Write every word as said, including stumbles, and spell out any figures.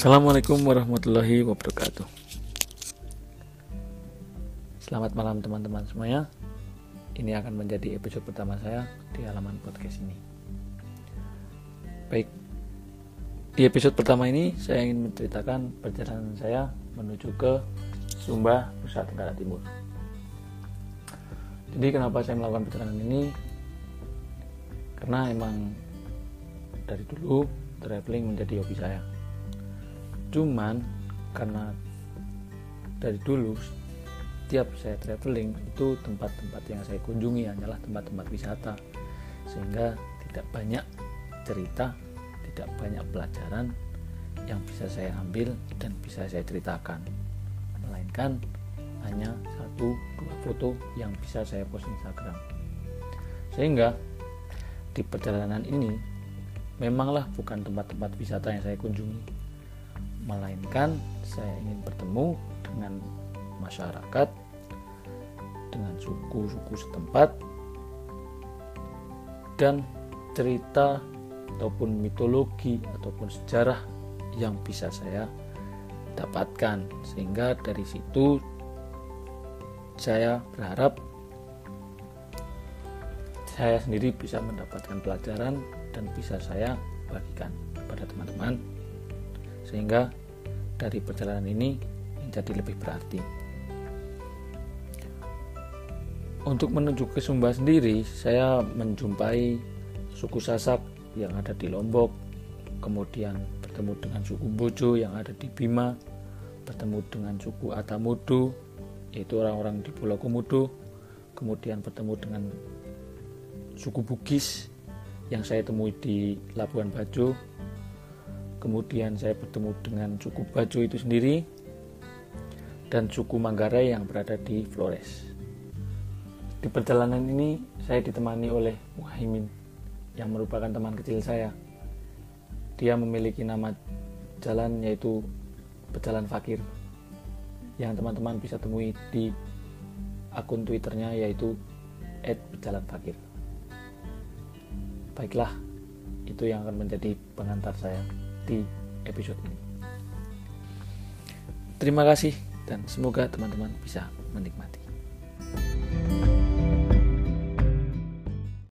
Assalamualaikum warahmatullahi wabarakatuh. Selamat malam teman-teman semuanya. Ini akan menjadi episode pertama saya di halaman podcast ini. Baik, di episode pertama ini saya ingin menceritakan perjalanan saya menuju ke Sumba, Nusa Tenggara Timur. Jadi kenapa saya melakukan perjalanan ini? Karena emang dari dulu traveling menjadi hobi saya. Cuman karena dari dulu setiap saya traveling itu tempat-tempat yang saya kunjungi hanyalah tempat-tempat wisata, sehingga tidak banyak cerita, tidak banyak pelajaran yang bisa saya ambil dan bisa saya ceritakan, melainkan hanya satu dua foto yang bisa saya post Instagram. Sehingga di perjalanan ini memanglah bukan tempat-tempat wisata yang saya kunjungi, melainkan saya ingin bertemu dengan masyarakat, dengan suku-suku setempat, dan cerita ataupun mitologi ataupun sejarah yang bisa saya dapatkan, sehingga dari situ saya berharap saya sendiri bisa mendapatkan pelajaran dan bisa saya bagikan kepada teman-teman, sehingga dari perjalanan ini menjadi lebih berarti. Untuk menuju ke Sumba sendiri, saya menjumpai suku Sasak yang ada di Lombok, kemudian bertemu dengan suku Bojo yang ada di Bima, bertemu dengan suku Atamudu, yaitu orang-orang di Pulau Komodo, kemudian bertemu dengan suku Bugis yang saya temui di Labuan Bajo, kemudian saya bertemu dengan suku Bajo itu sendiri, dan suku Manggarai yang berada di Flores. Di perjalanan ini saya ditemani oleh Muhaimin yang merupakan teman kecil saya. Dia memiliki nama jalan yaitu Pejalan Fakir, yang teman-teman bisa temui di akun Twitternya yaitu et pejalan fakir. Baiklah, itu yang akan menjadi pengantar saya di episode ini. Terima kasih dan semoga teman-teman bisa menikmati.